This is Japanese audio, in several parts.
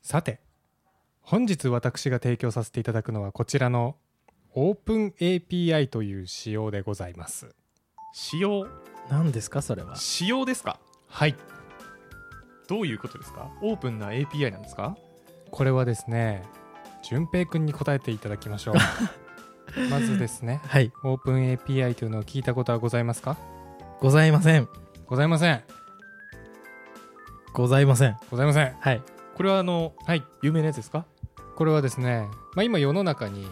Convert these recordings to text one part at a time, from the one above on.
さて本日私が提供させていただくのはこちらの OpenAPI という仕様でございます。 仕様？ 何ですかそれは。 仕様ですか？ はい、 どういうことですか？オープンな API なんですか？ これはですね、淳平くんに答えていただきましょう。まずですね、 はい、 OpenAPI というのを聞いたことはございますか？ ございません。 ございません。 ございません。 ございません。 はい。 これははい、 有名なやつですか？ これはですね、今世の中に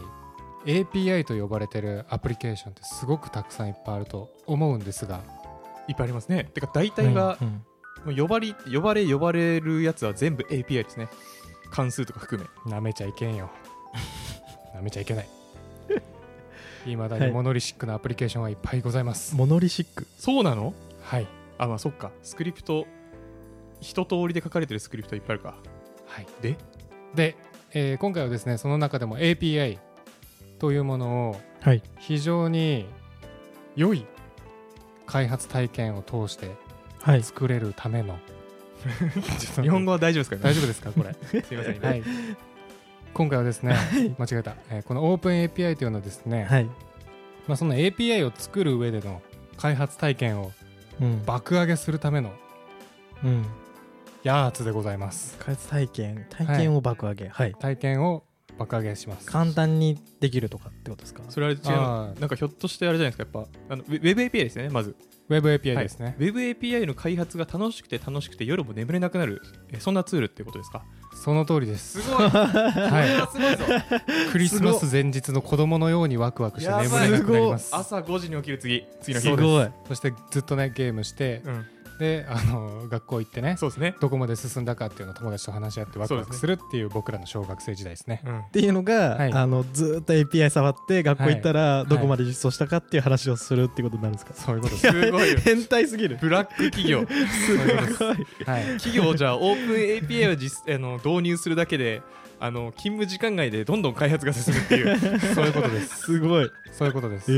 API と呼ばれてるアプリケーションってすごくたくさんいっぱいあると思うんですが、 いっぱいありますね。てか大体が、 うんもう呼ばれるやつは全部 API ですね。関数とか含め。 なめちゃいけんよ。なめちゃいけない。未だにモノリシックなアプリケーションはいっぱいございます。 モノリシック。 そうなの？ はいあ、まあそっか。スクリプト一通りで書かれてるスクリプトいっぱいあるか。 はい。 で、 今回はですね、その中でも API というものをはい。 非常に良い開発体験を通してはい。 作れるための日本語は大丈夫ですかね？ 大丈夫ですかこれ。 すいません、ね。 はい。今回はですね、間違えた、この OpenAPI というのはですね、 はい。 その API を作る上での開発体験をうん。 爆上げするためのうん。 やつでございます。 開発体験を爆上げ。はい。 体験を爆上げします。 簡単にできるとかってことですか？ それは違うの。なんかひょっとしてあれじゃないですか。やっぱWeb API ですね、まず。 Web API ですね。 Web API の開発が楽しくて夜も眠れなくなる、そんなツールっていうことですか？ その通りです。 すごい。 はすごいぞ。 い。クリスマス前日の子供のようにワクワクして眠れなくなります。 朝5時に起きる次の日。 すごい。 そしてずっとねゲームして、で学校行ってね、 そうですね。 どこまで進んだかっていうのを友達と話し合ってワクワクするっていう僕らの小学生時代ですね。 っていうのが、 はいずーっと API 触って学校行ったらどこまで実装したかっていう話をするっていうことになるんですか？ そういうことです。 すごいよ。 変態すぎる。 ブラック企業。 すごい。 はい。 企業じゃあオープン API を導入するだけで勤務時間外でどんどん開発が進むっていうそういうことです。 すごい。 そういうことです。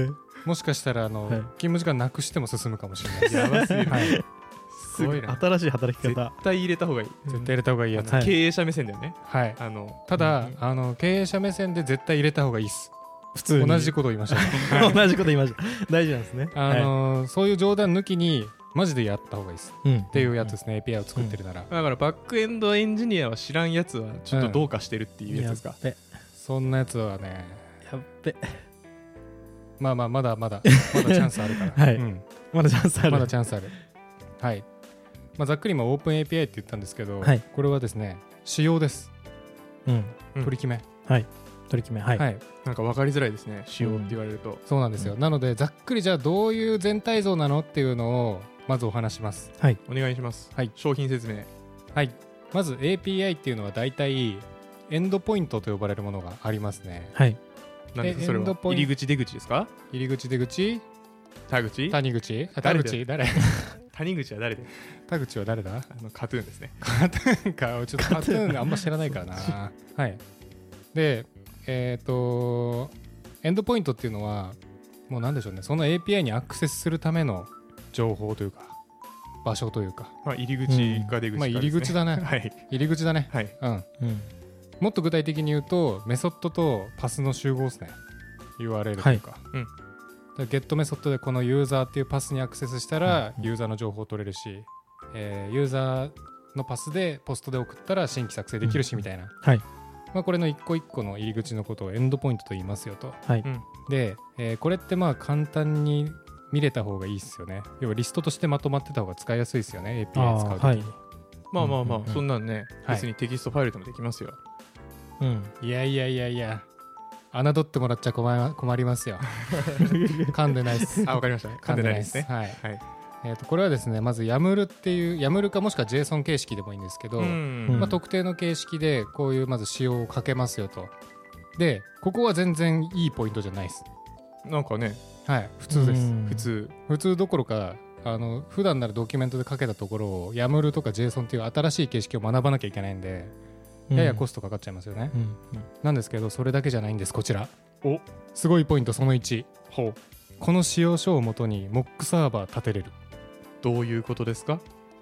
ー、 もしかしたら勤務時間なくしても進むかもしれないです。 やばすぎる。 はい。 すごいな。 新しい働き絶方。 対入れた方がいい。 絶対入れた方がいいやつ。 はい経営者目線だよね。 はい。たうだん経営者目線で絶対入れた方がいいです。 普通に同じことを言いましたね。 同じこと言いました大事なんですね。 そういう冗談抜きにマジでやった方がいいですうんっていうやつですね。API を作ってるなら。 だからバックエンドエンジニアは知らんやつはちょっとどうかしてるっていうやつですか？ やっそんなやつはね、 べやっべまだチャンスあるから。 はいうん、 まだチャンスある。 まだチャンスある。はい。ざっくり今 OpenAPI って言ったんですけど、 はいこれはですね、仕様です。 うんうん取り決め。 取り決め。はい、 はい。 なんか分かりづらいですね、仕様って言われると。 そうなんですよ。 うんなのでざっくりじゃあどういう全体像なのっていうのをまずお話します。 お願いします。 はい。 商品説明。 はい。まず API っていうのは大体エンドポイントと呼ばれるものがありますね。 はいなんですかそれは？ エンドポイント入り口出口ですか？ 入り口出口田口？ 谷口田誰口誰谷口は誰で？ 田口は誰だ？ カトゥーンですね。 なんかちょっとカトゥーンあんま知らないからな。はい。でエンドポイントっていうのはもうなんでしょうね、その API にアクセスするための情報というか場所というか、 入り口か出口かですね。 入り口だね。 はい入り口だね。 はい。 うん。 うんもっと具体的に言うとメソッドとパスの集合ですね。 URL というか、 うんだゲットメソッドでこのユーザーっていうパスにアクセスしたらうんユーザーの情報を取れるし、ユーザーのパスでポストで送ったら新規作成できるしみたいな、 はいこれの一個一個の入り口のことをエンドポイントと言いますよと。 はいで、これって簡単に見れた方がいいですよね。要はリストとしてまとまってた方が使いやすいですよね、 API 使うときに。 はいまあまあまあ、 うんうんうんそんなんね、 はい別にテキストファイルでもできますよ。 うんいや侮ってもらっちゃ困りますよ。噛んでないです。 あ、わかりました。噛んでないですね。 はい。 はい。 これはですね、まず YAML っていう YAML かもしくは JSON 形式でもいいんですけど、 うん特定の形式でこういうまず仕様をかけますよと。でここは全然いいポイントじゃないです。 なんかね、 はい、普通です。 うん普通どころか普段ならドキュメントで書けたところを YAML とか JSON っていう新しい形式を学ばなきゃいけないんで、ややコストかかっちゃいますよね。 うんなんですけどそれだけじゃないんです。こちらおすごいポイントその1、 ほう、 この仕様書をもとに Mock サーバー立てれる。 どういうことですか？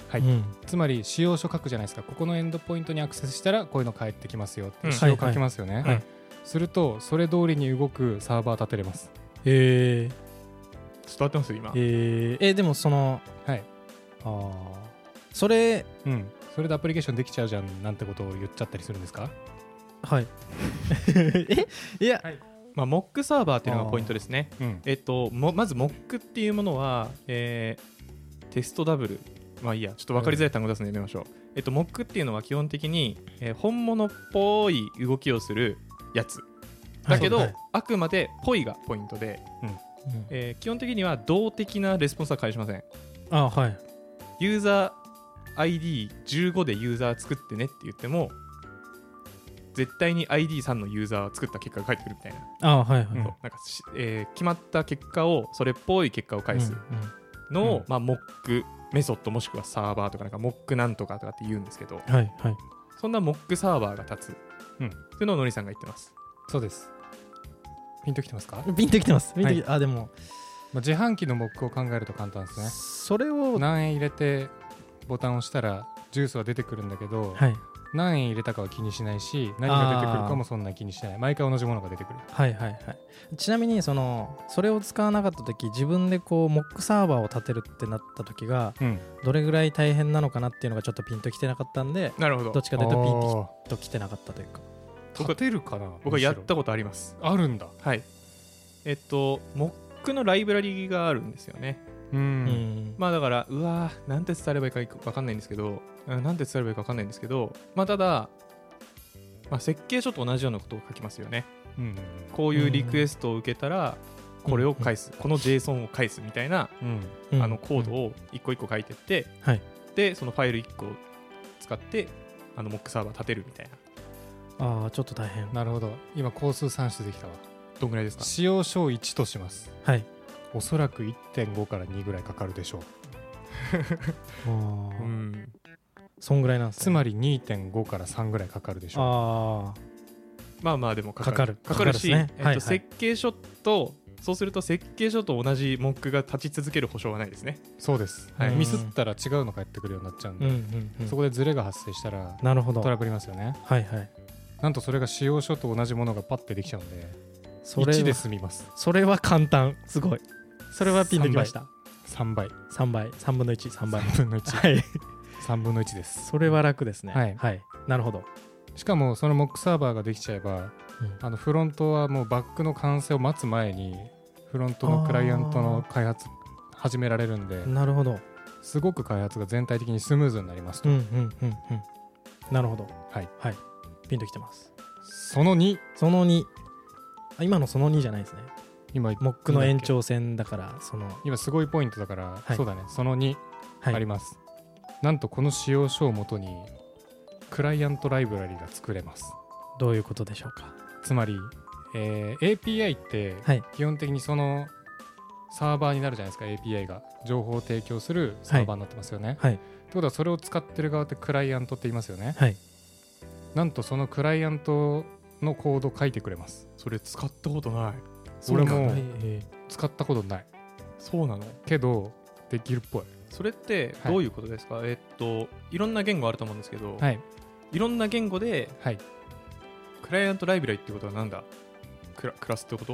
はいうんつまり使用書書くじゃないですか。ここのエンドポイントにアクセスしたらこういうの返ってきますよって仕様書きますよね、 はいするとそれ通りに動くサーバー立てれます。 へ伝わってます今。 でもそのはいそれうんそれでアプリケーションできちゃうじゃんなんてことを言っちゃったりするんですか？ はいいやまあ、モックサーバーっていうのがポイントですね。 うんまずモックっていうものは、テストダブル、まあいいや、ちょっと分かりづらい単語出すのやめましょう。モックっていうのは基本的に、本物っぽい動きをするやつだけど、 はいあくまでぽいがポイントで、基本的には動的なレスポンスは返しません。 はいユーザー ID15 でユーザー作ってねって言っても絶対に ID3 のユーザーを作った結果が返ってくるみたいな、 はいうんなんか決まった結果をそれっぽい結果を返すのを、 うんまあ、モックメソッドもしくはサーバーとかなんかモックなんとかとかって言うんですけど、 はいはいそんなモックサーバーが立つ、 うんっていうのをのりさんが言ってます。 そうです。ピンときてますか？ ピンときてますでもまあ、自販機のモックを考えると簡単ですね。 それを何円入れてボタンを押したらジュースは出てくるんだけど、 はい何円入れたかは気にしないし何が出てくるかもそんなに気にしない。毎回同じものが出てくる。 はいちなみにそれを使わなかった時自分でこうモックサーバーを立てるってなった時がうんどれぐらい大変なのかなっていうのがちょっとピンときてなかったんでなるほど。 どっちかというとピンときてなかったというか立てるかな。 僕はやったことあります。 あるんだ。 はい。モックのライブラリがあるんですよね。まあだからうわーなんて伝えればいいか分かんないんですけど、なんて伝えればいいか分かんないんですけど、まあただ、まあ、設計書と同じようなことを書きますよね。こういうリクエストを受けたらこれを返す、この JSON を返すみたいな、コードを一個一個書いてって、 はいでそのファイル1個を使ってモックサーバー立てるみたいな。 ちょっと大変なるほど。今工数算出できたわ。 どんぐらいですか？ 使用書を1とします。 はいおそらく 1.5 から2ぐらいかかるでしょう。 うんそんぐらいなんですねつまり 2.5 から3ぐらいかかるでしょまあまあでもかかるし、 かかるですねはい設計書とそうすると設計書と同じモックが立ち続ける保証はないですね。 う。そうです、 はいミスったら違うの返ってくるようになっちゃうんで、そこでズレが発生したらなるほどトラブりますよね。 はいはいなんとそれが使用書と同じものがパッてできちゃうんでそれは 1で済みます。 それは簡単すごいそれはピンときました 3倍 3倍3分の13倍 3分の1 はい 3分の1です。 それは楽ですねはいなるほどしかもそのモックサーバーができちゃえばフロントはもうバックの完成を待つ前にフロントのクライアントの開発始められるんで、 なるほどすごく開発が全体的にスムーズになりますと。 なるほどはいピンときてます。 その2 その2今のその2じゃないですね。 今モックの延長線だから今すごいポイントだから、 はいそうだね、その2 はいあります。なんとこの使用書をもとにクライアントライブラリが作れます。 どういうことでしょうか。 つまり、API ってはい基本的にそのサーバーになるじゃないですか。 API が情報を提供するサーバーになってますよね。 はいってことはそれを使ってる側ってクライアントって言いますよね。 はいなんとそのクライアントのコード書いてくれます。 それ使ったことない。 俺もはい使ったことないそうなの？ けどできるっぽい。 それってどういうことですか？いろんな言語あると思うんですけど、 はいいろんな言語ではいクライアントライブラリってことはなんだ？クラスってこと？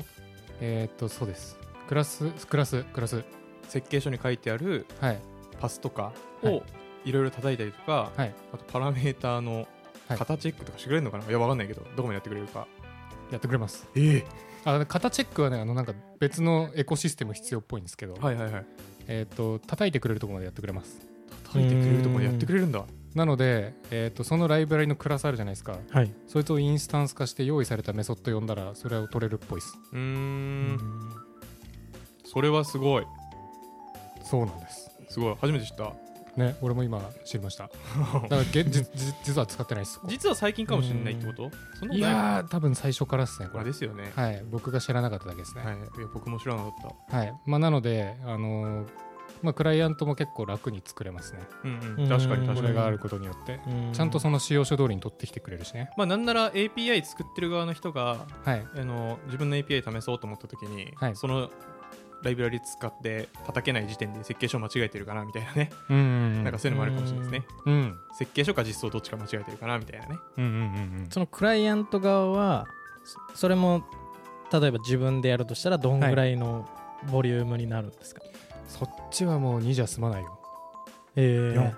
そうです。クラス設計書に書いてあるはいパスとかはいをいろいろ叩いたりとか、 はいあとパラメーターのはい型チェックとかしてくれるのかな、いやわかんないけどどこまでやってくれるか。 やってくれます。 え型チェックはねなんか別のエコシステム必要っぽいんですけど、 はいはいはい。 叩いてくれるところまでやってくれます。 叩いてくれるところでやってくれるんだ。 なので、そのライブラリのクラスあるじゃないですか。 はいそいつをインスタンス化して用意されたメソッド呼んだらそれを取れるっぽいです。 それはすごい。 そうなんです。 すごい。初めて知った。 ね、俺も今知りました。だから実は使ってないです。 実は最近かもしれないってこと？そんなことないいやー多分最初からですねこあれ。 ですよね。 はい、僕が知らなかっただけですね。 はい。いや僕も知らなかった。 はい、なのでクライアントも結構楽に作れますね。 確かに確かに。 これがあることによってちゃんとその使用書通りに取ってきてくれるしね。 まあなんなら API 作ってる側の人がはい自分の API 試そうと思った時に、 はいそのライブラリ使って叩けない時点で設計書間違えてるかなみたいなね、 うんうんうんなんかそういうのもあるかもしれないですね。 うん設計書か実装どっちか間違えてるかなみたいなね。 うんうんうんそのクライアント側はそれも例えば自分でやるとしたらどんぐらいのボリュームになるんですか？ そっちはもう2じゃ済まないよ。 4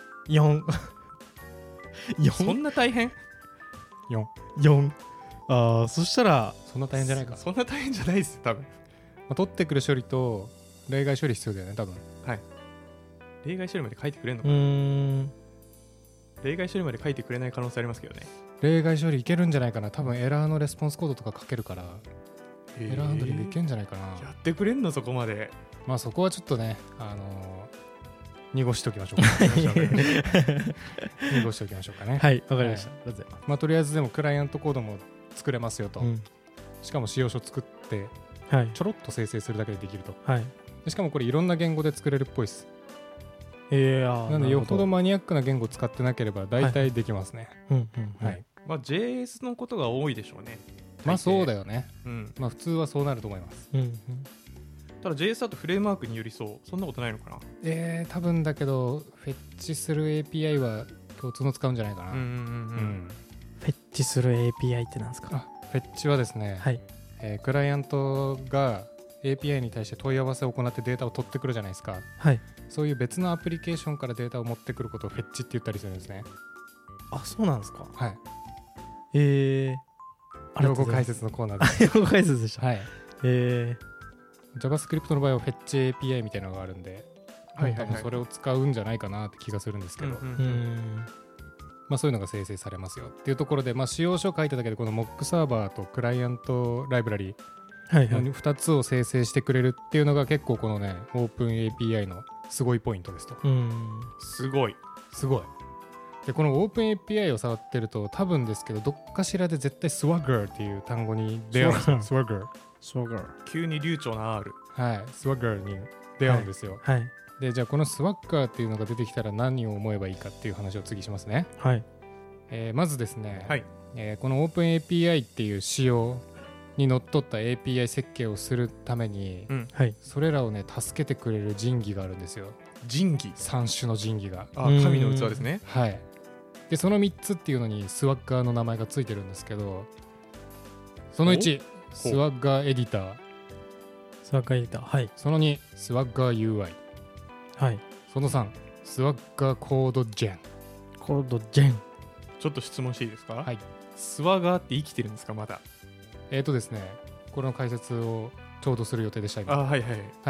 そんな大変？ 4ああ、そしたらそんな大変じゃないか。 そんな大変じゃないですよ多分。 取ってくる処理と例外処理必要だよね多分。 例外処理まで書いてくれるのうかな。 ーん例外処理まで書いてくれない可能性ありますけどね。 例外処理いけるんじゃないかな。多分エラーのレスポンスコードとか書けるからエラーハンドリングいけんじゃないかな。 やってくれんのそこまで。 まあそこはちょっとね濁しておきましょうか濁しておきましょうかね。 はいわかりました、ありがとうございます。 まあとりあえずでもクライアントコードも作れますよと、 うんしかも仕様書作ってはいちょろっと生成するだけでできると。 はいでしかもこれいろんな言語で作れるっぽいです。なんでよほどマニアックな言語使ってなければ大体できますね。 うんうんはい。 まあ JS のことが多いでしょうね。 まあそうだよ。 よね。 うん。 まあ普通はそうなると思います。 うんうんただ JS だとフレームワークによりそう。そんなことないのかな。 多分だけどフェッチする API は共通の使うんじゃないかな。 うんフェッチする API ってなんですか？ あフェッチはですね、 はいクライアントが API に対して問い合わせを行ってデータを取ってくるじゃないですか。 はいそういう別のアプリケーションからデータを持ってくることをフェッチって言ったりするんですね。 あ、そうなんですか？ はい。 ありがと用語うございます解説のコーナーです。 用語解説でした。 はい。 え JavaScript の場合はフェッチ API みたいなのがあるんで、 はいはいはい多分それを使うんじゃないかなって気がするんですけど、まあそういうのが生成されますよっていうところで、まあ仕様書を書いただけでこの Mock サーバーとクライアントライブラリのはいはい 2つを生成してくれるっていうのが結構このね OpenAPI のすごいポイントですと。 すごい。 すごい。でこの OpenAPI を触ってると多分ですけどどっかしらで絶対 Swagger っていう単語に出会うんですよ。Swagger。 Swagger 急に流暢な R。 はい。Swagger に出会うんですよ。 はいでじゃあこの Swagger っていうのが出てきたら何を思えばいいかっていう話を次しますね。 はいまずですね、 はい。 この OpenAPI っていう仕様にのっとった API 設計をするために、 はいそれらをね助けてくれる神器があるんですよ。 神器。 3種の神器が。 あ、神の器ですね。 はい。でその3つっていうのに Swagger の名前がついてるんですけど、その1 Swagger エディター、 Swagger エディターはいその2 Swagger UI、 はいその3 Swagger Code Gen。 コードジェンちょっと質問していいですか？ はい。 スワガーって生きてるんですかまだ？ ですねこれの解説をちょうどする予定でした今。 あ、はいはい。 はい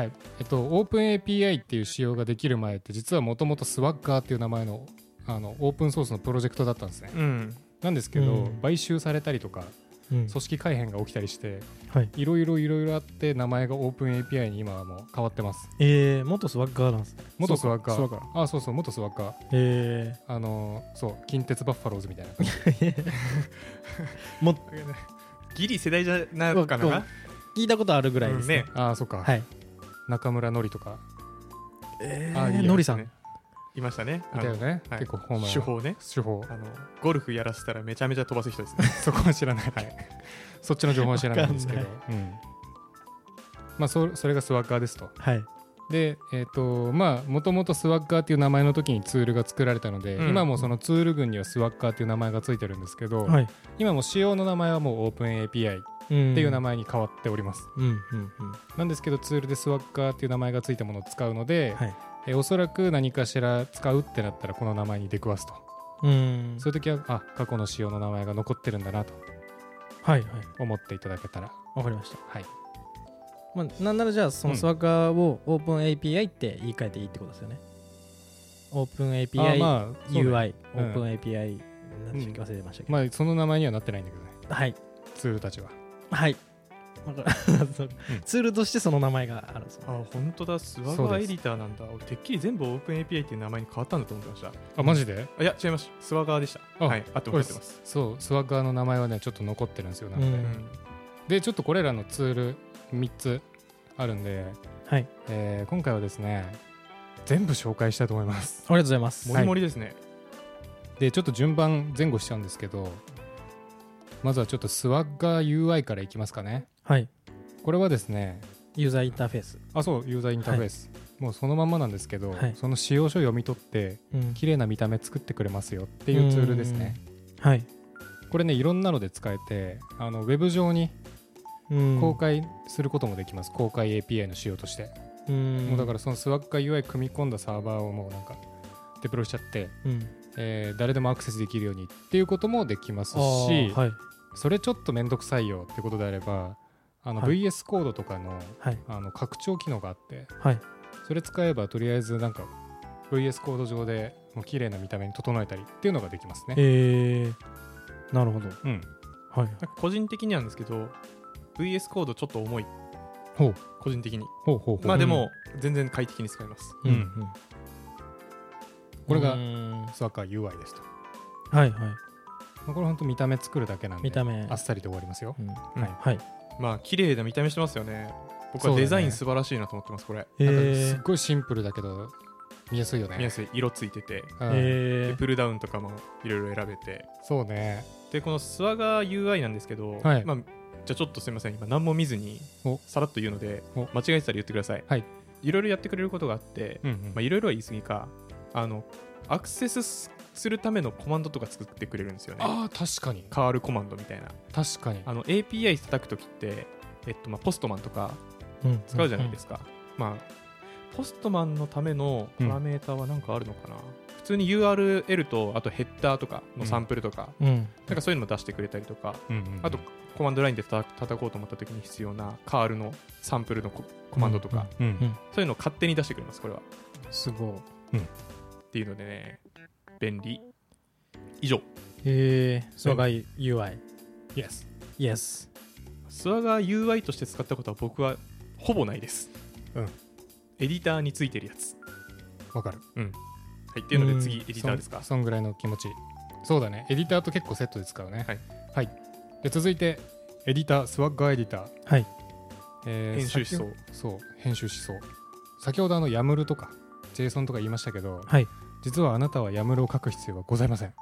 。OpenAPI っていう仕様ができる前って実はもともと Swagger っていう名前のオープンソースのプロジェクトだったんですね。なんですけど、買収されたりとか組織改変が起きたりしていろいろあって名前が OpenAPI に今はもう変わってます。 元スワッガーなんですね。 元スワッガスワッガー。あ、そうそう、元スワッガー。そう近鉄バッファローズみたいなもギリ世代じゃないのかな。 聞いたことあるぐらいですね。 あ、そっか。 はい中村のりとかのりさんいましたね。 いたよね。 はい結構ホームラン手法ね。 手法ゴルフやらせたらめちゃめちゃ飛ばす人ですね。 そこは知らない。そっちの情報は知らないんですけどわまあそれがスワッガーですと。 はいでまあもともとスワッガーっていう名前の時にツールが作られたので、今もそのツール群にはスワッガーっていう名前がついてるんですけど、 はい今も仕様の名前はもう OpenAPI っていう名前に変わっております。なんですけどツールでスワッガーっていう名前がついたものを使うので、おそらく何かしら使うってなったらこの名前に出くわすと。そういう時は過去の仕様の名前が残ってるんだなと思っていただけたら。 わかりました。 はい。 まあ、なんならじゃあそのスワッガーを OpenAPI って言い換えていいってことですよね。OpenAPI まあ UI、 うん OpenAPI 何でしたっけ忘れましたけど。 まあその名前にはなってないんだけどね、 はい。 ツールたちは。 はい。ツールとしてその名前があるんですよ。 あ、本当だ。スワガーエディターなんだ。俺てっきり全部 OpenAPI っていう名前に変わったんだと思ってました。 あ、マジで？ いや違います。スワガーでした。はい。あと思ってます。 そう、スワッガーの名前はねちょっと残ってるんですよ。なんかねでちょっとこれらのツール3つあるんで、 はい。 今回はですね全部紹介したいと思います。 ありがとうございます。 モリモリですね。 でちょっと順番前後しちゃうんですけど、まずはちょっとスワッガー UI からいきますかね。 はい。 これはですねユーザーインターフェース。 そうユーザーインターフェース、もうそのまんまなんですけど、 はいその使用書を読み取って綺麗な見た目作ってくれますよっていうツールですね。 はい。 これねいろんなので使えてウェブ上に公開することもできます、公開 API の仕様として。もうだからその Swagger UI 組み込んだサーバーをもうなんかデプロイしちゃって、誰でもアクセスできるようにっていうこともできますし、 はい、 それちょっとめんどくさいよってことであればVS コードとかの、拡張機能があって、それ使えばとりあえずなんか VS コード上でもう綺麗な見た目に整えたりっていうのができますね。 なるほど。 なんか個人的になんですけど VS コードちょっと重い。個人的に。まあでも全然快適に使えます。 これが Swagger UI ですと。これ本当見た目作るだけなんであっさりと終わりますよ。 まあ綺麗な見た目してますよね。僕はデザイン素晴らしいなと思ってますこれ。 すっごいシンプルだけど見やすいよね。 見やすい。色ついてて、でプルダウンとかもいろいろ選べて。 そうね。 でこのSwagger UI なんですけど、まあじゃあちょっとすみません今何も見ずにさらっと言うので間違えてたら言ってください。いろいろやってくれることがあって、まあいろいろは言い過ぎか、アクセスするためのコマンドとか作ってくれるんですよね。 確かに変わるコマンドみたいな。 確かに API 叩くときってまあポストマンとか使うじゃないですか。まあポストマンのためのパラメータは何かあるのかな。普通に URL とあとヘッダーとかのサンプルとか、なんかそういうのも出してくれたりとか、あとコマンドラインで叩こうと思った時に必要なカールのサンプルのコマンドとか、そういうのを勝手に出してくれます。これはすごい、 っていうのでね便利。以上。 Swagger UI。 Yes。 Swagger UI として使ったことは僕はほぼないです。エディターについてるやつ。 わかる。 はい、っていうので次エディターですか。 そんぐらいの気持ち。そうだね、エディターと結構セットで使うね。で続いてエディター、Swagger エディター。 編集しそう。 編集しそう。先ほどYAML とか JSON とか言いましたけど、実はあなたは YAML を書く必要はございません。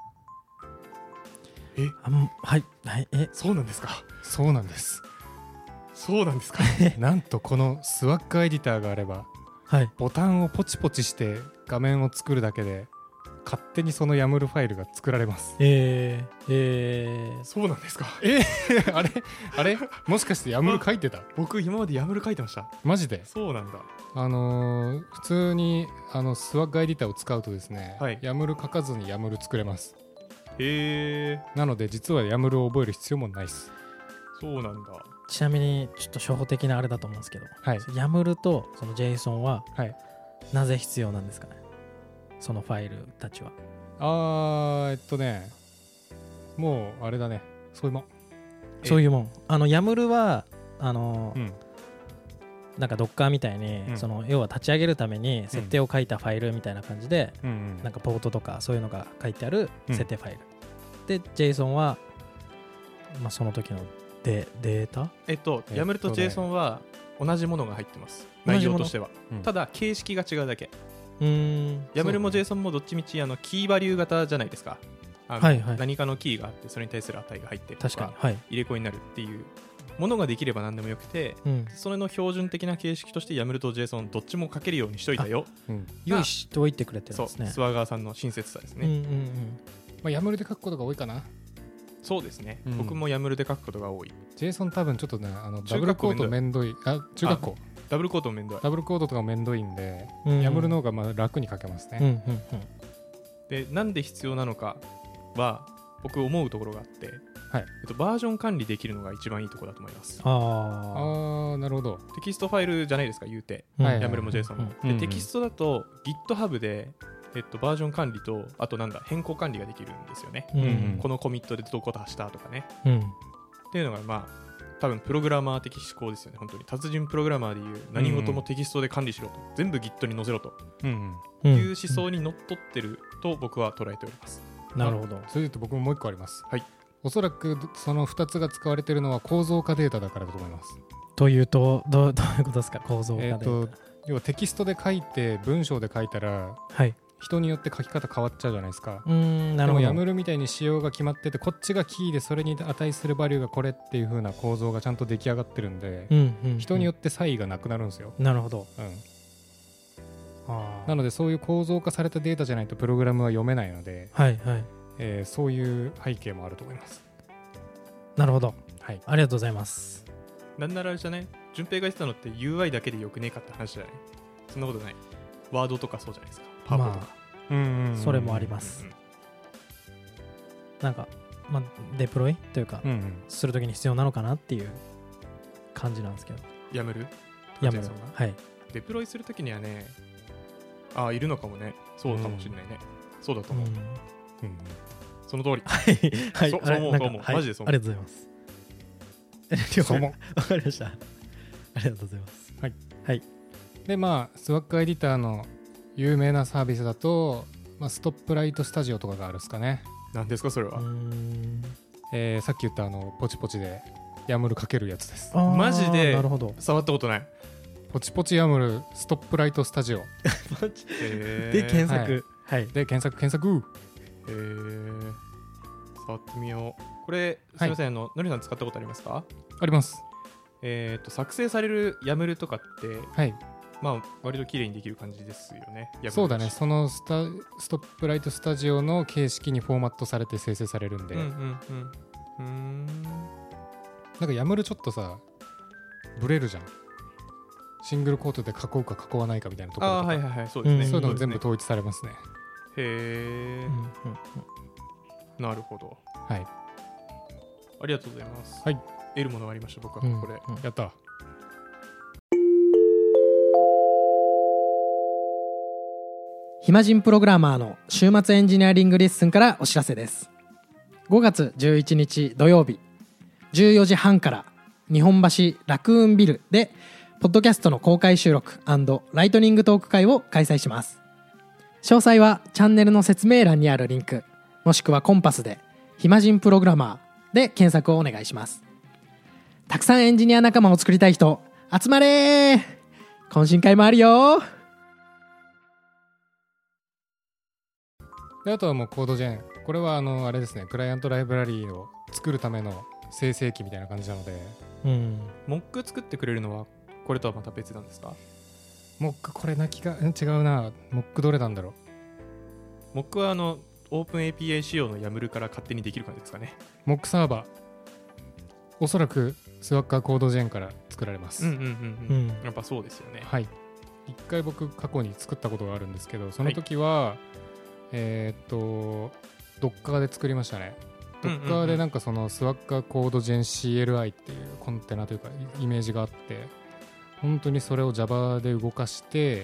そうなんですか。 そうなんです。 そうなんですか。 なんとこのSwaggerエディターがあれば、ボタンをポチポチして画面を作るだけで勝手にその YAML ファイルが作られます。 そうなんですか。 あれもしかして YAML 書いてた？ 僕今まで YAML 書いてました。 マジで？ そうなんだ。 普通にSwaggerエディターを使うとですね、YAML 書かずに YAML 作れます。なので実は YAML を覚える必要もないです。 そうなんだ。 ちなみにちょっと初歩的なあれだと思うんですけど、YAML とその JSON はなぜ必要なんですかね、そのファイルたちは。 もうあれだね、そういうもん。 YAML はなんか Docker みたいに、その要は立ち上げるために設定を書いたファイルみたいな感じで、なんかポートとかそういうのが書いてある設定ファイル、で JSON は、まあ、その時のデータ YAML と JSON は同じものが入ってます、内容としては。ただ形式が違うだけ。YAML も JSON もどっちみちキーバリュー型じゃないですか。何かのキーがあってそれに対する値が入ってるとか入れ子になるっていうものができれば何でもよくて、それの標準的な形式として YAML と JSON どっちも書けるようにしといたよ、 用意しておいてくれてるんですね。 Swaggerさんの親切さですね。 YAML で書くことが多いかな。 そうですね、僕も YAML で書くことが多い。 JSON 多分ちょっとねダブルコードめんどい。中学校ダブルコードめんどい。 ダブルコードとかめんどいんで、YAML の方がまあ楽に書けますね。 でなんで必要なのかは僕思うところがあって、バージョン管理できるのが一番いいところだと思います。 なるほど。 テキストファイルじゃないですか言うて、YAML も JSON も。でテキストだと GitHub でバージョン管理とあと変更管理ができるんですよね。このコミットでどこ足したとかね、っていうのがまあ多分プログラマー的思考ですよね。本当に達人プログラマーでいう何事もテキストで管理しろと、全部 Git に載せろという思想にのっとってると僕は捉えております。 なるほど。 それで言うと僕ももう一個あります。おそらくその2つが使われているのは構造化データだからだと思います。 というとどういうことですか、構造化データ。 要はテキストで書いて文章で書いたら、 人によって書き方変わっちゃうじゃないですか。 なるほど。 でもYAMLみたいに仕様が決まってて、こっちがキーでそれに値するバリューがこれっていう風な構造がちゃんと出来上がってるんで、人によって差異がなくなるんですよ。 なるほど。 なのでそういう構造化されたデータじゃないとプログラムは読めないので、 はいはい、 そういう背景もあると思います。 なるほど、 はい、 ありがとうございます。 なんならあれじゃない、順平が言ってたのって UI だけでよくねえかって話じゃない。そんなことない。ワードとかそうじゃないですか、パワポとか、 それもあります、なんか、デプロイというか、するときに必要なのかなっていう感じなんですけど。 YAML？ はい。 デプロイするときにはね、いるのかもね。そうかもしれないね。そうだと思う。その通り。 はい、 そう思う、そう思う。マジでそう思う。 ありがとうございます。 そう思う。 わかりました。ありがとうございます。 はい。 はい。 で、スワックエディターの有名なサービスだと、ストップライトスタジオとかがあるんですかね。 何ですかそれは。 さっき言ったポチポチでYAMLかけるやつです。 マジでなるほど。 触ったことない。 ポチポチYAMLストップライトスタジオで検索、 はい、で検索触ってみよう。これすみません、のりさん使ったことありますか？ あります。 作成されるYAMLとかって、 はい、 割と綺麗にできる感じですよね。 そうだね。そのストップライトスタジオの形式にフォーマットされて生成されるんで、なんかYAMLちょっとさブレるじゃん。シングルコートで囲うか囲わないかみたいなところとか、 そうですね。 そういうのが全部統一されますね。 へー、なるほど。 はい、 ありがとうございます。 はい、 得るものがありました。僕はこれ、 やった。 暇人プログラマーの週末エンジニアリングレッスンからお知らせです。5月11日土曜日14時半から日本橋ラクーンビルでポッドキャストの公開収録&ライトニングトーク会を開催します。詳細はチャンネルの説明欄にあるリンク、もしくはコンパスで暇人プログラマーで検索をお願いします。たくさんエンジニア仲間を作りたい人集まれー。懇親会もあるよ。 であとはもうコードジェン、これはあれですね、クライアントライブラリーを作るための生成器みたいな感じなので、 モック作ってくれるのはこれとはまた別なんですか？ モックこれな気が違うな。モックどれなんだろう。 モックはオープン API 仕様のYAMLから勝手にできる感じですかね。 モックサーバーおそらくスワッカーコードジェンから作られます。 やっぱそうですよね。 はい。一回僕過去に作ったことがあるんですけど、その時は、Docker で作りましたね。Docker でなんかそのスワッカーコードジェン CLI っていうコンテナというかイメージがあって、本当にそれを Java で動かして、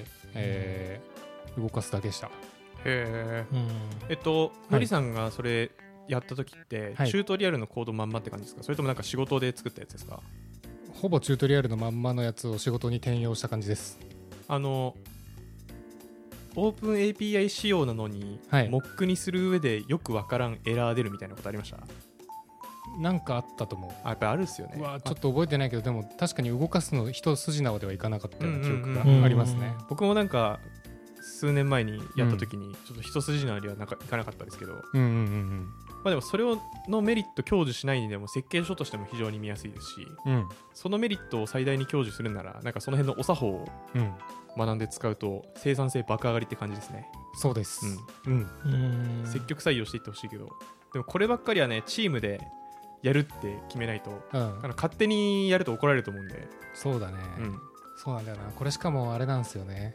動かすだけでした。 へー。のりさんがそれやった時って、チュートリアルのコードまんまって感じですか？それともなんか仕事で作ったやつですか？ ほぼチュートリアルのまんまのやつを仕事に転用した感じです。 オープン API 仕様なのに、モックにする上でよくわからんエラー出るみたいなことありました？ なんかあったと思う。 やっぱりあるっすよね。 ちょっと覚えてないけど、でも確かに動かすの一筋縄ではいかなかったような記憶がありますね。 僕もなんか数年前にやった時にちょっと一筋縄ではいかなかったですけど、でもそれのメリット享受しないにでも設計書としても非常に見やすいですし、そのメリットを最大に享受するならなんかその辺のお作法を学んで使うと生産性爆上がりって感じですね。 そうです、 積極採用していってほしいけど、でもこればっかりはね、チームでやるって決めないと、勝手にやると怒られると思うんで。 そうだね、そうなんだよな。これしかもあれなんですよね、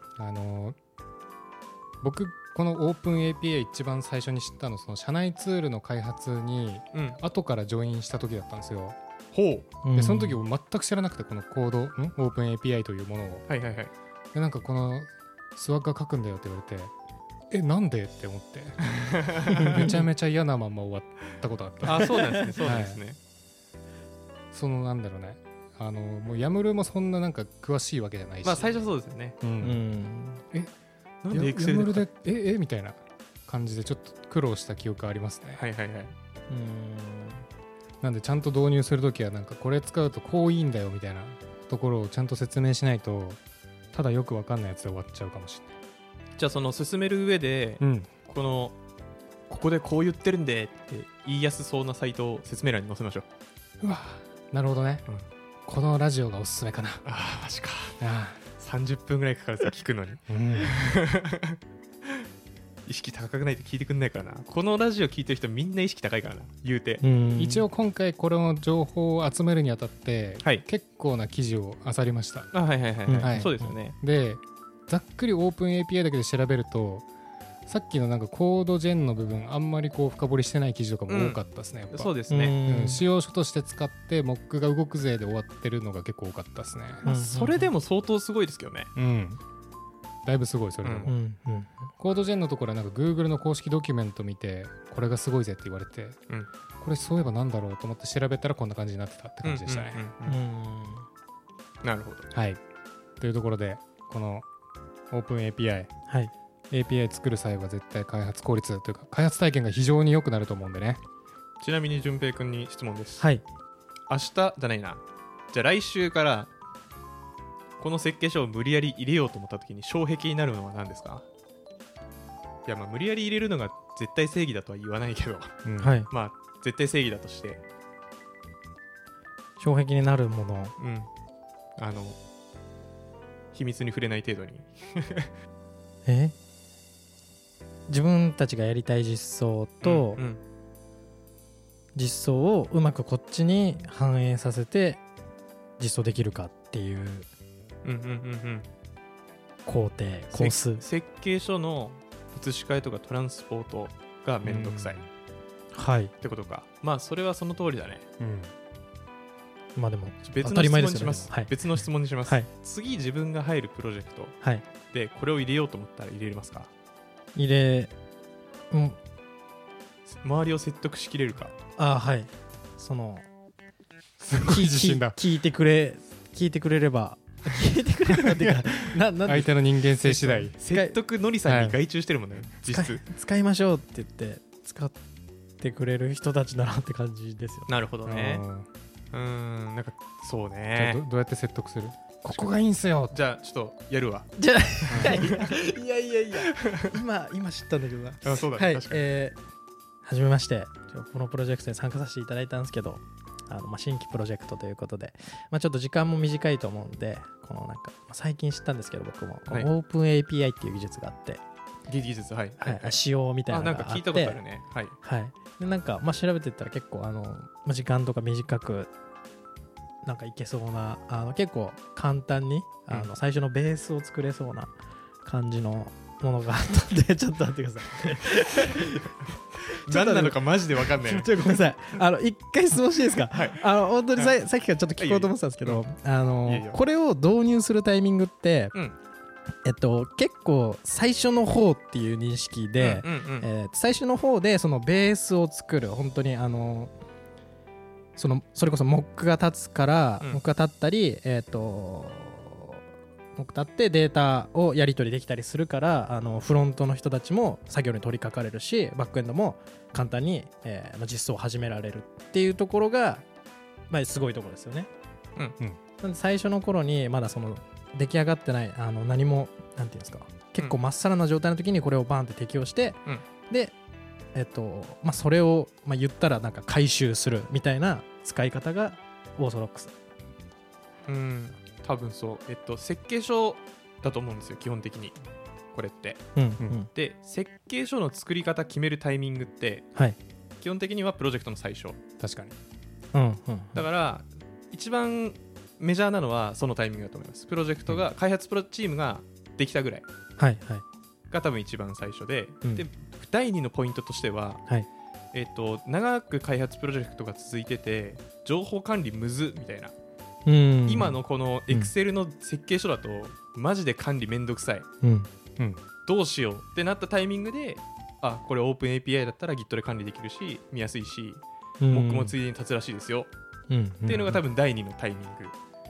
僕このオープン API 一番最初に知ったの、その社内ツールの開発に後からジョインした時だったんですよ。でその時も全く知らなくて、このコードオープン API というものを、でなんかこのスワッガー書くんだよって言われて、なんでって思ってめちゃめちゃ嫌なまま終わったことあった。 そうなんですね。そうなんですね。 そのなんだろうね、もうYAMLもそんななんか詳しいわけじゃないし、 最初そうですよね。 なんで Excel でみたいな感じでちょっと苦労した記憶ありますね。なんでちゃんと導入するときはなんかこれ使うとこういいんだよみたいなところをちゃんと説明しないと、ただよくわかんないやつで終わっちゃうかもしれない。 じゃあその進める上で、ここでこう言ってるんでって言いやすそうなサイトを説明欄に載せましょう。うわ、なるほどね、このラジオがおすすめかな。 ああマジか。30分ぐらいかかるさ聞くのに、意識高くないと聞いてくんないからな。このラジオ聞いてる人みんな意識高いからな、言うて。 一応今回これの情報を集めるにあたって、結構な記事を漁りました。 そうですよね。 でざっくりオープン API だけで調べると、さっきのなんかコードジェンの部分あんまりこう深掘りしてない記事とかも多かったですね、やっぱ。 そうですね、 使用書として使ってモックが動くぜで終わってるのが結構多かったですね。 それでも相当すごいですけどね。 だいぶすごい。それでも、コードジェンのところはなんか Google の公式ドキュメント見てこれがすごいぜって言われて、これそういえばなんだろうと思って調べたらこんな感じになってたって感じでしたね。 なるほど。 はい、というところでこのオープン API、API 作る際は絶対開発効率というか開発体験が非常に良くなると思うんでね。 ちなみに順平くんに質問です。 はい。 明日じゃないな、じゃあ来週からこの設計書を無理やり入れようと思った時に障壁になるのは何ですか？いや、まあ無理やり入れるのが絶対正義だとは言わないけど、まあ絶対正義だとして障壁になるもの、 秘密に触れない程度に自分たちがやりたい実装と、実装をうまくこっちに反映させて実装できるかっていう工程、工数。 設計書の移し替えとかトランスポートがめんどくさい、ってことか。まあそれはその通りだね。 まあでも別の質問にします。別の質問にします。次自分が入るプロジェクトでこれを入れようと思ったら入れれますか？周りを説得しきれるか？ そのすごい自信だ。 聞いてくれればっていうか相手の人間性次第。 説得のりさんに外注してるもんね、実質。 使いましょうって言って使ってくれる人たちだなって感じですよ。 なるほどね。なんかそうね。 じゃあどうやって説得する？ここがいいんすよ。 じゃあちょっとやるわ。 じゃあいや今知ったんだけどな。 そうだね。確かに。 はじめまして。このプロジェクトに参加させていただいたんですけど、新規プロジェクトということで、ちょっと時間も短いと思うんで、このなんか最近知ったんですけど、僕もこのオープン API っていう技術があって、 技術仕様みたいなのがあって、 なんか聞いたことあるね。 でなんか調べてったら結構時間とか短くなんかいけそうな、結構簡単に最初のベースを作れそうな感じのものがあったんで、ちょっと待ってください。 何なのかマジで分かんない。 ごめんなさい。一回質問していいですか？本当にさっきからちょっと聞こうと思ってたんですけど、これを導入するタイミングって、結構最初の方っていう認識で、最初の方でそのベースを作る、本当にそれこそモックが立つから、モックが立ったり、モック立ってデータをやり取りできたりするから、フロントの人たちも作業に取り掛かれるし、バックエンドも簡単に、実装を始められるっていうところが、すごいところですよね。なんで最初の頃にまだその出来上がってない何もなんていうんですか、結構まっさらな状態の時にこれをバーンって適用して、でそれを言ったらなんか回収するみたいな使い方がオーソドックス。 多分そう。設計書だと思うんですよ、基本的にこれって。で設計書の作り方決めるタイミングって、基本的にはプロジェクトの最初。 確かに。 だから一番メジャーなのはそのタイミングだと思います。プロジェクトが、開発チームができたぐらいが多分一番最初で、で第2のポイントとしては、長く開発プロジェクトが続いてて情報管理むずみたいな、今のこの Excel の設計書だとマジで管理めんどくさい、どうしようってなったタイミングで、これオープン API だったら Git で管理できるし見やすいし、モックもついでに立つらしいですよ、っていうのが多分第2のタイミング。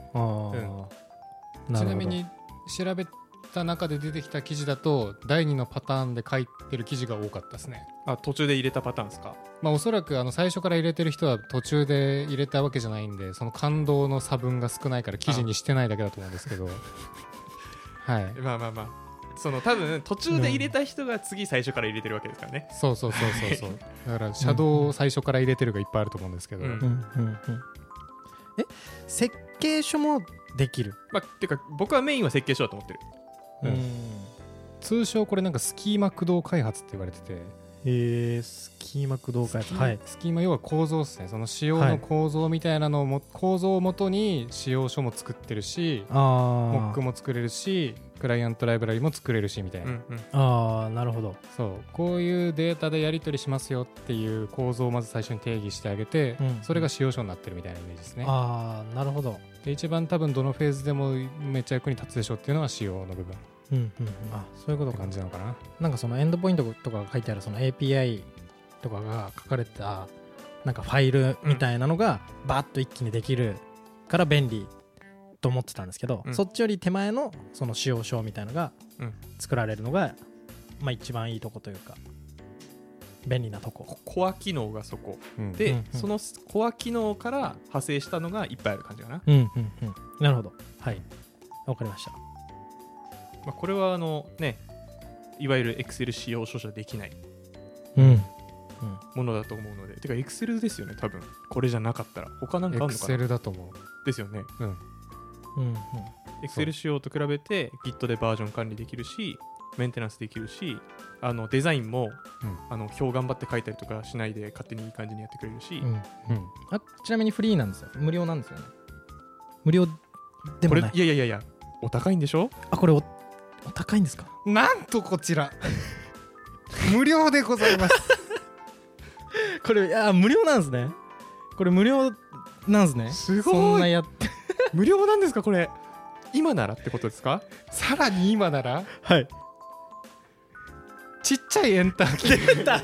ちなみに調べた中で出てきた記事だと第2のパターンで書いてる記事が多かったですね。 途中で入れたパターンですか？ おそらく最初から入れてる人は途中で入れたわけじゃないんで、その感動の差分が少ないから記事にしてないだけだと思うんですけど。 その多分途中で入れた人が次最初から入れてるわけですからね。 そうだからシャドウを最初から入れてるがいっぱいあると思うんですけど、 設計書もできる？ てか僕はメインは設計書だと思ってる。 通称これなんかスキーマ駆動開発って言われてて、 スキーマ駆動開発、 スキーマ要は構造ですね。その仕様の構造みたいなのを構造をもとに仕様書も作ってるし、モックも作れるし、クライアントライブラリも作れるしみたいな。 なるほど。 そうこういうデータでやり取りしますよっていう構造をまず最初に定義してあげて、それが仕様書になってるみたいなイメージですね。 なるほど。 で一番多分どのフェーズでもめっちゃ役に立つでしょっていうのは仕様の部分。 そういうことか。 感じなのかな。 なんかそのエンドポイントとかが書いてあるその API とかが書かれたなんかファイルみたいなのがバッと一気にできるから便利と思ってたんですけど、そっちより手前のその仕様書みたいなのが作られるのが一番いいとこというか便利なとこ。 コア機能がそこ、で、そのコア機能から派生したのがいっぱいある感じかな。 なるほど。はい、わかりました。 これはいわゆる Excel 使用書じゃできないものだと思うので、てか Excel ですよね多分。これじゃなかったら他なんかあるのかな。 Excel だと思う。 ですよね。Excel 仕様と比べて Git でバージョン管理できるし、メンテナンスできるし、デザインも、表頑張って書いたりとかしないで勝手にいい感じにやってくれるし、 ちなみにフリーなんですよ。無料なんですよね。無料でもない。 いやお高いんでしょ。 これお高いんですか。 なんとこちら無料でございますこれ無料なんですね。これ無料なんですね。 すごい。 そんなやって無料なんですかこれ。今ならってことですか。 さらに今なら、 はい、 ちっちゃいエンターキー出た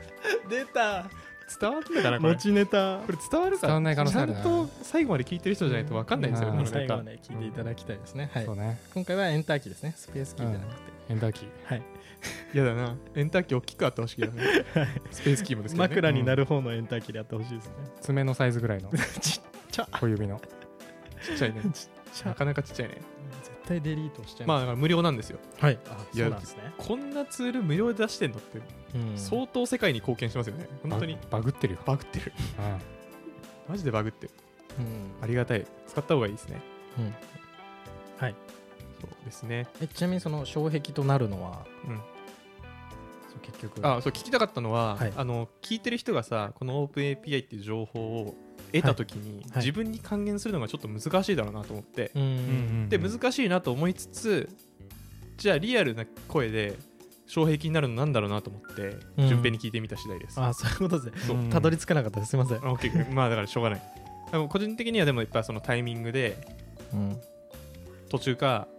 伝わってたなこれ。 持ちネタこれ伝わるか。 伝わんない可能性あるな。 ちゃんと最後まで聞いてる人じゃないと分かんないんですよね。 最後まで聞いていただきたいですね。 そうね。 今回はエンターキーですね。スペースキーじゃなくてエンターキー。 はい。 やだな。エンターキー大きくあってほしいけどね。スペースキーもですけどね。 枕になる方のエンターキーでやってほしいですね。 爪のサイズぐらいのちっちゃ小指のちっちゃいね。なかなかちっちゃいね。 絶対デリートしちゃいます。だから無料なんですよ。 はい。そうなんですね。 こんなツール無料で出してんのって相当世界に貢献してますよね。本当にバグってるよ。 バグってる。マジでバグってる。ありがたい。使った方がいいですね。 はい。 そうですね。 ちなみにその障壁となるのは、結局そう聞きたかったのは、聞いてる人がさ、この OpenAPI っていう情報を得たときに、自分に還元するのがちょっと難しいだろうなと思って、で難しいなと思いつつ、じゃあリアルな声で障壁になるのなんだろうなと思って順平に聞いてみた次第です。 そういうことですね。たどり着かなかったです。すみません。 まあだからしょうがない。個人的にはでもやっぱそのタイミングで、途中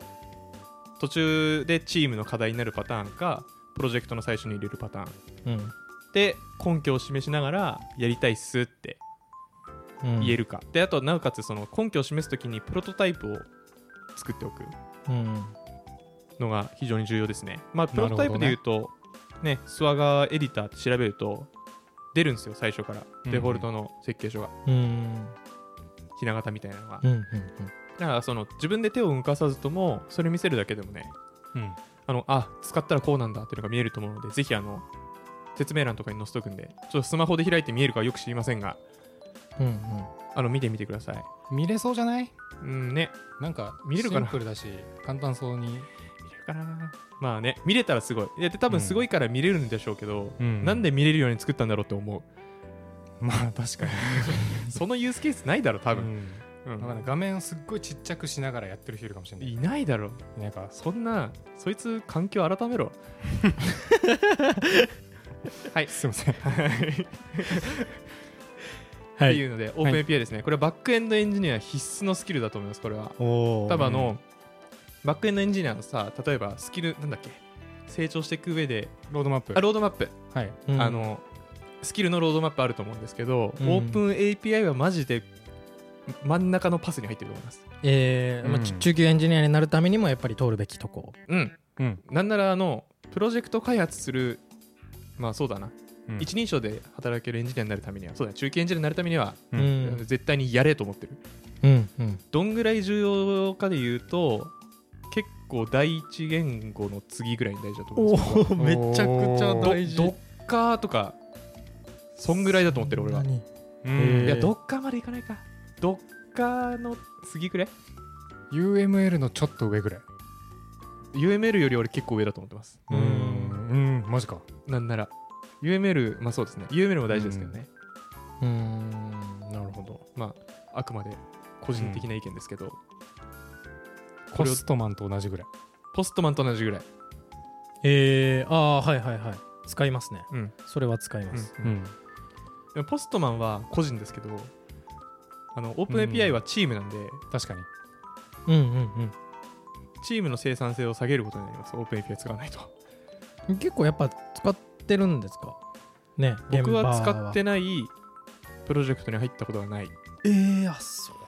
でチームの課題になるパターンか、プロジェクトの最初に入れるパターン、で根拠を示しながらやりたいっすって言えるか、であとなおかつその根拠を示すときにプロトタイプを作っておくのが非常に重要ですね。プロトタイプでいうと、スワガーエディターって調べると出るんですよ、最初からデフォルトの設計書が、ひな形みたいなのが、だからその自分で手を動かさずともそれ見せるだけでもね、使ったらこうなんだっていうのが見えると思うので、ぜひ説明欄とかに載せとくんで、ちょっとスマホで開いて見えるかよく知りませんが、見てみてください。 見れそうじゃない？ ね、 なんか見れるかな。 シンプルだし簡単そうに見れるかな。まあね、見れたらすごい。で多分すごいから見れるんでしょうけど、なんで見れるように作ったんだろうって思う。 まあ確かにそのユースケースないだろ多分。 画面をすっごいちっちゃくしながらやってる人いるかもしれない。 いないだろ。 いないか。 そいつ環境改めろ。はい、 すいません。 っていうので、OpenAPI ですね。これはバックエンドエンジニア必須のスキルだと思います。これは多分バックエンドエンジニアのさ、例えばスキルなんだっけ、成長していく上でロードマップ、 はい、スキルのロードマップあると思うんですけど、OpenAPI はマジで真ん中のパスに入ってると思います。 中級エンジニアになるためにもやっぱり通るべきとこ。 なんならプロジェクト開発する、そうだな、一人称で働けるエンジニアになるためには、そうだ、中級エンジニアになるためには、絶対にやれと思ってる。どんぐらい重要かで言うと、結構第一言語の次ぐらいに大事だと思うんですよ。 めちゃくちゃ大事。 ドッカーとかそんぐらいだと思ってる俺は。いやドッカーまでいかないか。ドッカーの次ぐらい UML のちょっと上ぐらい。 UML より俺結構上だと思ってます。 マジか。 なんなら UML、まあそうですね、 UML も大事ですけどね。 なるほど。 まああくまで個人的な意見ですけど、 ポストマンと同じぐらい。 ポストマンと同じぐらい。 はいはいはい、使いますね。それは使います。 でもポストマンは個人ですけど、オープン API はチームなんで、 確かにチームの生産性を下げることになります。オープン API 使わないと。 結構やっぱ使ってるんですかね。 僕は使ってないプロジェクトに入ったことはない。 そうなんだ。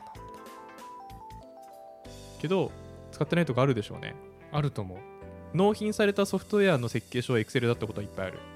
けど使ってないとこあるでしょうね。 あると思う。 納品されたソフトウェアの設計書は Excel だったことはいっぱいある。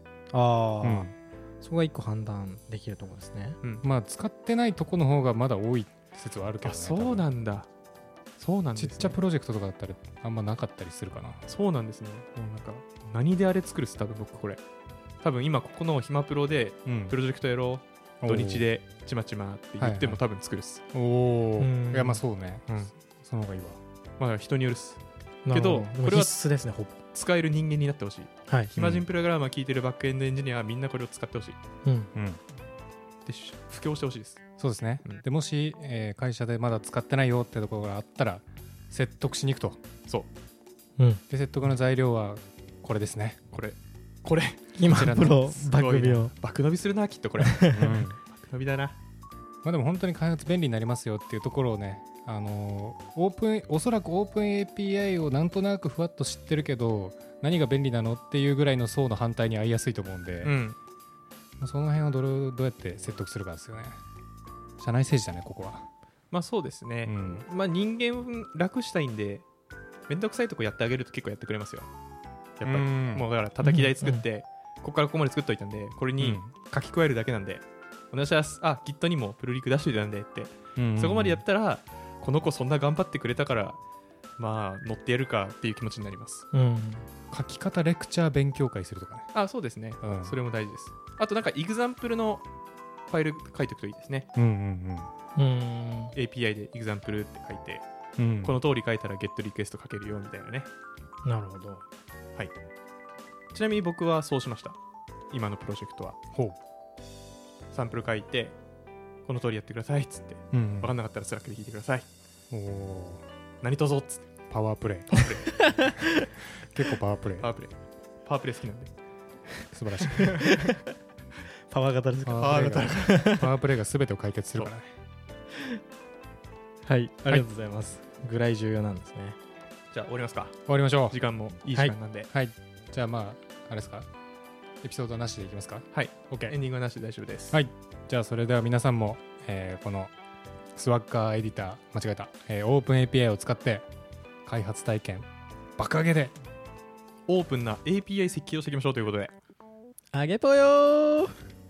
そこが一個判断できるところですね。 まあ使ってないとこの方がまだ多い説はあるけどね。 そうなんだ。そうなんですね。 ちっちゃプロジェクトとかだったらあんまなかったりするかな。 そうなんですね。もうなんか何であれ作るっす。多分僕これ多分今ここの暇プロでプロジェクトやろう、土日でちまちまって言っても多分作るっす。 いやまあそうね、その方がいいわ。 まあ人によるっすけど、これは必須ですね。ほぼ使える人間になってほしい。暇人プログラマー聞いてるバックエンドエンジニアはみんなこれを使ってほしい。で布教してほしいです。 そうですね。でもし、会社でまだ使ってないよってところがあったら説得しに行くと。 そうで説得の材料はこれですね。これ今プロバクビをバク伸びするなきっとこれ。バク伸びだな。 まあでも本当に開発便利になりますよっていうところをね、おそらくオープン API をなんとなくふわっと知ってるけど何が便利なのっていうぐらいの層の反対に合いやすいと思うんで、その辺をどうやって説得するかですよね。社内政治だねここは。 まあそうですね。まあ人間楽したいんでめんどくさいとこやってあげると結構やってくれますよ。やっぱりもうだから叩き台作って、ここからここまで作っといたんでこれに書き加えるだけなんで、お願いします。Git にもプルリク出しといたんでって、そこまでやったらこの子そんな頑張ってくれたからまあ乗ってやるかっていう気持ちになります。 書き方レクチャー勉強会するとかね。 そうですね、それも大事です。あとなんかエグザンプルのファイル書いておくといいですね。API でエグザンプルって書いて、この通り書いたら GET リクエスト書けるよみたいなね。 なるほど。 はい。ちなみに僕はそうしました。今のプロジェクトはサンプル書いてこの通りやってくださいっつって、分かんなかったらスラックで聞いてください。何とぞっつって。 パワープレイ結構パワープレイ好きなんで素晴らしい。 パワー型ですか。 パワープレイが全てを解決するからね。 はい、ありがとうございます。ぐらい重要なんですね。 じゃあ終わりますか。 終わりましょう。 時間もいい時間なんで。 じゃあまああれですか、エピソードなしでいきますか。 はい、OK。エンディングはなしで大丈夫です。 はい。じゃあそれでは皆さんも、このスワッガーエディター間違えた、オープン API を使って開発体験爆上げでオープンな API 設計をしていきましょうということで、 あげぽよー。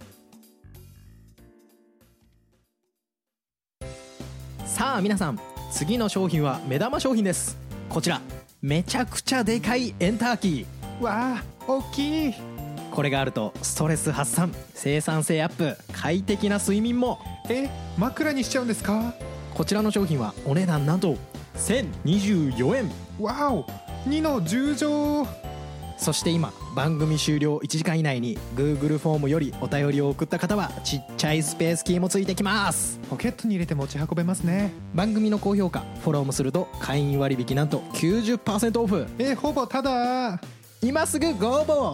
さあ皆さん、次の商品は目玉商品です。こちらめちゃくちゃでかいエンターキー。 わあ大きい。 これがあるとストレス発散、生産性アップ、快適な睡眠も。 枕にしちゃうんですか。 こちらの商品はお値段なんと1024円。 わお、2の10乗。 そして今番組終了1時間以内に Google フォームよりお便りを送った方はちっちゃいスペースキーもついてきます。 ポケットに入れて持ち運べますね。 番組の高評価フォローもすると会員割引なんと 90% オフ。 ほぼただ。 今すぐご応募。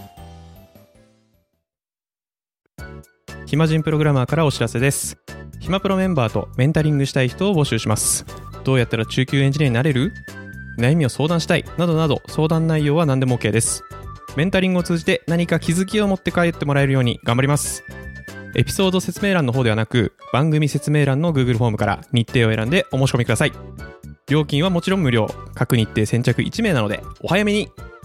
暇人プログラマーからお知らせです。暇プロメンバーとメンタリングしたい人を募集します。どうやったら中級エンジニアになれる？悩みを相談したいなどなど、相談内容は何でも OK です。メンタリングを通じて何か気づきを持って帰ってもらえるように頑張ります。エピソード説明欄の方ではなく、番組説明欄の Google フォームから日程を選んでお申し込みください。料金はもちろん無料、各日程先着1名なのでお早めに。